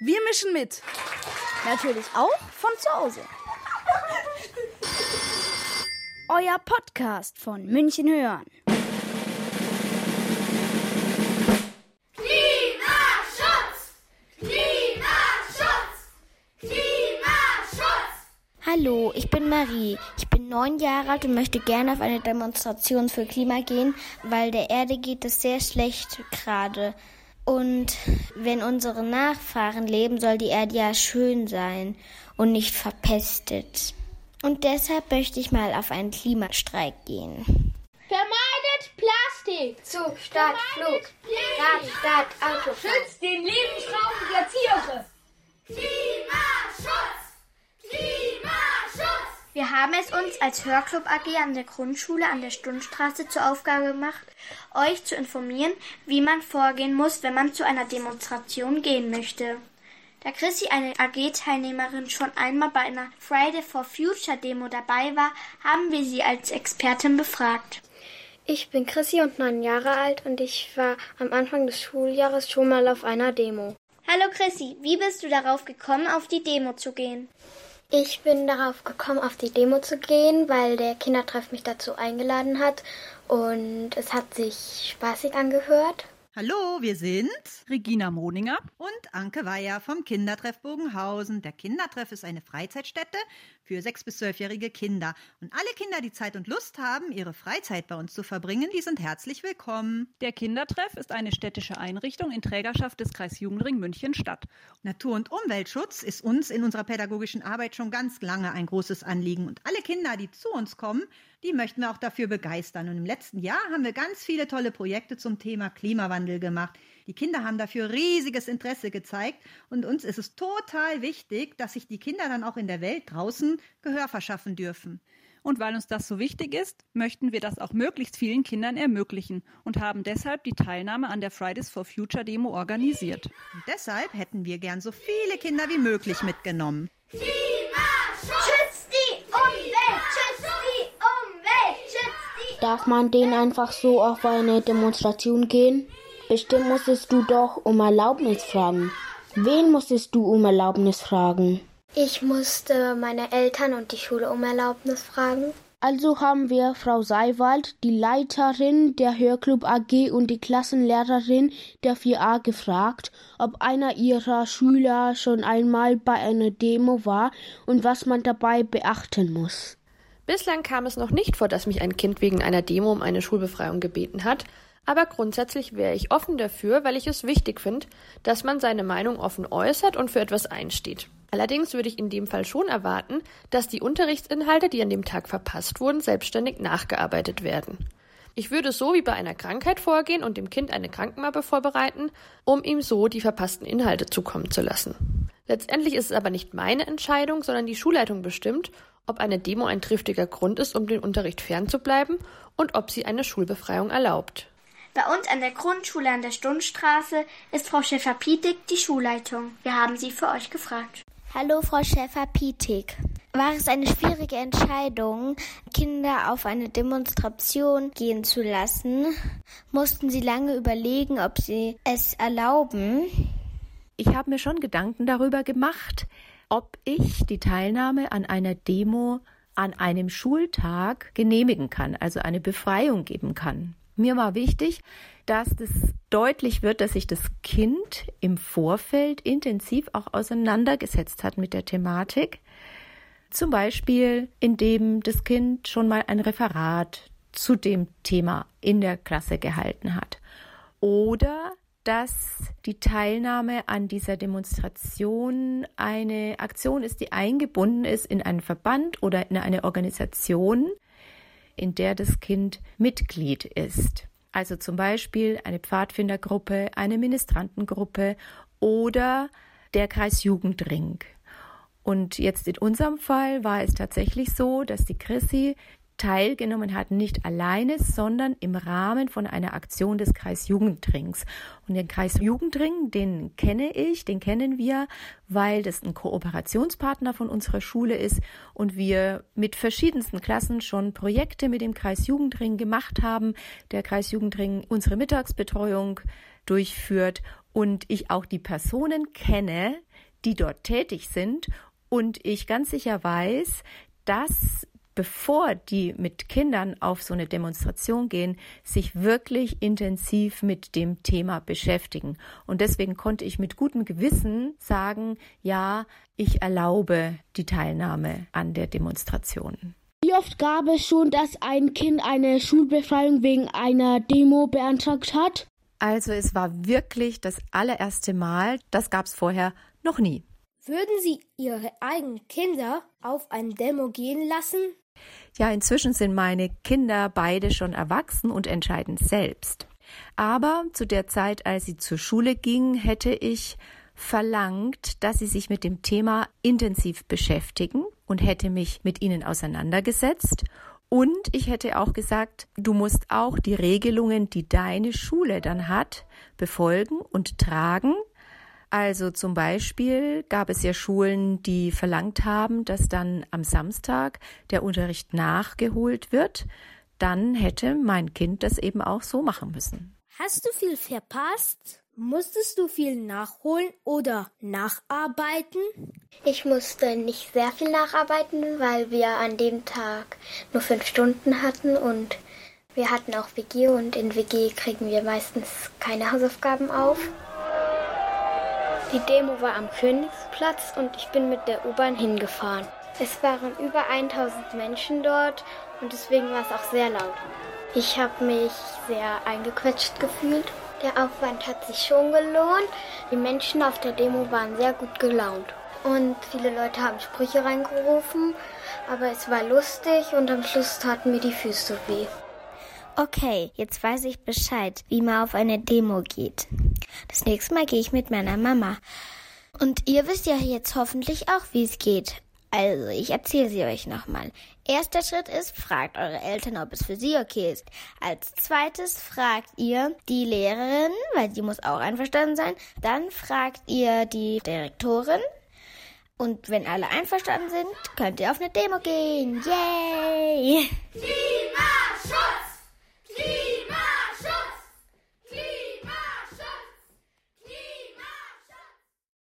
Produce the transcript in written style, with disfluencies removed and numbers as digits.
Wir mischen mit. Natürlich auch von zu Hause. Euer Podcast von München hören. Hallo, ich bin Marie. Ich bin 9 Jahre alt und möchte gerne auf eine Demonstration für Klima gehen, weil der Erde geht es sehr schlecht gerade. Und wenn unsere Nachfahren leben, soll die Erde ja schön sein und nicht verpestet. Und deshalb möchte ich mal auf einen Klimastreik gehen. Vermeidet Plastik! Zug, Stadt, Flug, Rad, Stadt, Auto. Schützt den Lebensraum der Tiere! Klimaschutz! Klimaschutz! Wir haben es uns als Hörclub AG an der Grundschule an der Stundstraße zur Aufgabe gemacht, euch zu informieren, wie man vorgehen muss, wenn man zu einer Demonstration gehen möchte. Da Chrissy, eine AG-Teilnehmerin, schon einmal bei einer Friday for Future Demo dabei war, haben wir sie als Expertin befragt. Ich bin Chrissy und 9 Jahre alt und ich war am Anfang des Schuljahres schon mal auf einer Demo. Hallo Chrissy, wie bist du darauf gekommen, auf die Demo zu gehen? Ich bin darauf gekommen, auf die Demo zu gehen, weil der Kindertreff mich dazu eingeladen hat und es hat sich spaßig angehört. Hallo, wir sind Regina Moninger und Anke Weyer vom Kindertreff Bogenhausen. Der Kindertreff ist eine Freizeitstätte für 6- bis 12-jährige Kinder. Und alle Kinder, die Zeit und Lust haben, ihre Freizeit bei uns zu verbringen, die sind herzlich willkommen. Der Kindertreff ist eine städtische Einrichtung in Trägerschaft des Kreisjugendring München-Stadt. Natur- und Umweltschutz ist uns in unserer pädagogischen Arbeit schon ganz lange ein großes Anliegen. Und alle Kinder, die zu uns kommen, die möchten wir auch dafür begeistern. Und im letzten Jahr haben wir ganz viele tolle Projekte zum Thema Klimawandel gemacht. Die Kinder haben dafür riesiges Interesse gezeigt und uns ist es total wichtig, dass sich die Kinder dann auch in der Welt draußen Gehör verschaffen dürfen. Und weil uns das so wichtig ist, möchten wir das auch möglichst vielen Kindern ermöglichen und haben deshalb die Teilnahme an der Fridays for Future Demo organisiert. Und deshalb hätten wir gern so viele Kinder wie möglich mitgenommen. Schützt die Umwelt! Schützt die Umwelt! Schützt die... Darf man denen einfach so auf eine Demonstration gehen? Bestimmt musstest du doch um Erlaubnis fragen. Wen musstest du um Erlaubnis fragen? Ich musste meine Eltern und die Schule um Erlaubnis fragen. Also haben wir Frau Seiwald, die Leiterin der Hörclub AG und die Klassenlehrerin der 4a gefragt, ob einer ihrer Schüler schon einmal bei einer Demo war und was man dabei beachten muss. Bislang kam es noch nicht vor, dass mich ein Kind wegen einer Demo um eine Schulbefreiung gebeten hat, aber grundsätzlich wäre ich offen dafür, weil ich es wichtig finde, dass man seine Meinung offen äußert und für etwas einsteht. Allerdings würde ich in dem Fall schon erwarten, dass die Unterrichtsinhalte, die an dem Tag verpasst wurden, selbstständig nachgearbeitet werden. Ich würde so wie bei einer Krankheit vorgehen und dem Kind eine Krankenmappe vorbereiten, um ihm so die verpassten Inhalte zukommen zu lassen. Letztendlich ist es aber nicht meine Entscheidung, sondern die Schulleitung bestimmt, ob eine Demo ein triftiger Grund ist, um dem Unterricht fernzubleiben und ob sie eine Schulbefreiung erlaubt. Bei uns an der Grundschule an der Stundstraße ist Frau Schäfer-Pietig die Schulleitung. Wir haben sie für euch gefragt. Hallo Frau Schäfer-Pietig. War es eine schwierige Entscheidung, Kinder auf eine Demonstration gehen zu lassen? Mussten Sie lange überlegen, ob Sie es erlauben? Ich habe mir schon Gedanken darüber gemacht, ob ich die Teilnahme an einer Demo an einem Schultag genehmigen kann, also eine Befreiung geben kann. Mir war wichtig, dass das deutlich wird, dass sich das Kind im Vorfeld intensiv auch auseinandergesetzt hat mit der Thematik. Zum Beispiel, indem das Kind schon mal ein Referat zu dem Thema in der Klasse gehalten hat. Oder dass die Teilnahme an dieser Demonstration eine Aktion ist, die eingebunden ist in einen Verband oder in eine Organisation, in der das Kind Mitglied ist. Also zum Beispiel eine Pfadfindergruppe, eine Ministrantengruppe oder der Kreisjugendring. Und jetzt in unserem Fall war es tatsächlich so, dass die Chrissy teilgenommen hat, nicht alleine, sondern im Rahmen von einer Aktion des Kreisjugendrings. Und den Kreisjugendring, den kennen wir, weil das ein Kooperationspartner von unserer Schule ist und wir mit verschiedensten Klassen schon Projekte mit dem Kreisjugendring gemacht haben. Der Kreisjugendring unsere Mittagsbetreuung durchführt und ich auch die Personen kenne, die dort tätig sind und ich ganz sicher weiß, dass bevor die mit Kindern auf so eine Demonstration gehen, sich wirklich intensiv mit dem Thema beschäftigen. Und deswegen konnte ich mit gutem Gewissen sagen, ja, ich erlaube die Teilnahme an der Demonstration. Wie oft gab es schon, dass ein Kind eine Schulbefreiung wegen einer Demo beantragt hat? Also es war wirklich das allererste Mal, das gab es vorher noch nie. Würden Sie Ihre eigenen Kinder auf eine Demo gehen lassen? Ja, inzwischen sind meine Kinder beide schon erwachsen und entscheiden selbst. Aber zu der Zeit, als sie zur Schule gingen, hätte ich verlangt, dass sie sich mit dem Thema intensiv beschäftigen und hätte mich mit ihnen auseinandergesetzt. Und ich hätte auch gesagt, du musst auch die Regelungen, die deine Schule dann hat, befolgen und tragen. Also zum Beispiel gab es ja Schulen, die verlangt haben, dass dann am Samstag der Unterricht nachgeholt wird. Dann hätte mein Kind das eben auch so machen müssen. Hast du viel verpasst? Musstest du viel nachholen oder nacharbeiten? Ich musste nicht sehr viel nacharbeiten, weil wir an dem Tag nur 5 Stunden hatten und wir hatten auch WG und in WG kriegen wir meistens keine Hausaufgaben auf. Die Demo war am Königsplatz und ich bin mit der U-Bahn hingefahren. Es waren über 1000 Menschen dort und deswegen war es auch sehr laut. Ich habe mich sehr eingequetscht gefühlt. Der Aufwand hat sich schon gelohnt. Die Menschen auf der Demo waren sehr gut gelaunt. Und viele Leute haben Sprüche reingerufen, aber es war lustig und am Schluss taten mir die Füße weh. Okay, jetzt weiß ich Bescheid, wie man auf eine Demo geht. Das nächste Mal gehe ich mit meiner Mama. Und ihr wisst ja jetzt hoffentlich auch, wie es geht. Also, ich erzähle sie euch nochmal. Erster Schritt ist, fragt eure Eltern, ob es für sie okay ist. Als zweites fragt ihr die Lehrerin, weil die muss auch einverstanden sein. Dann fragt ihr die Direktorin. Und wenn alle einverstanden sind, könnt ihr auf eine Demo gehen. Yay!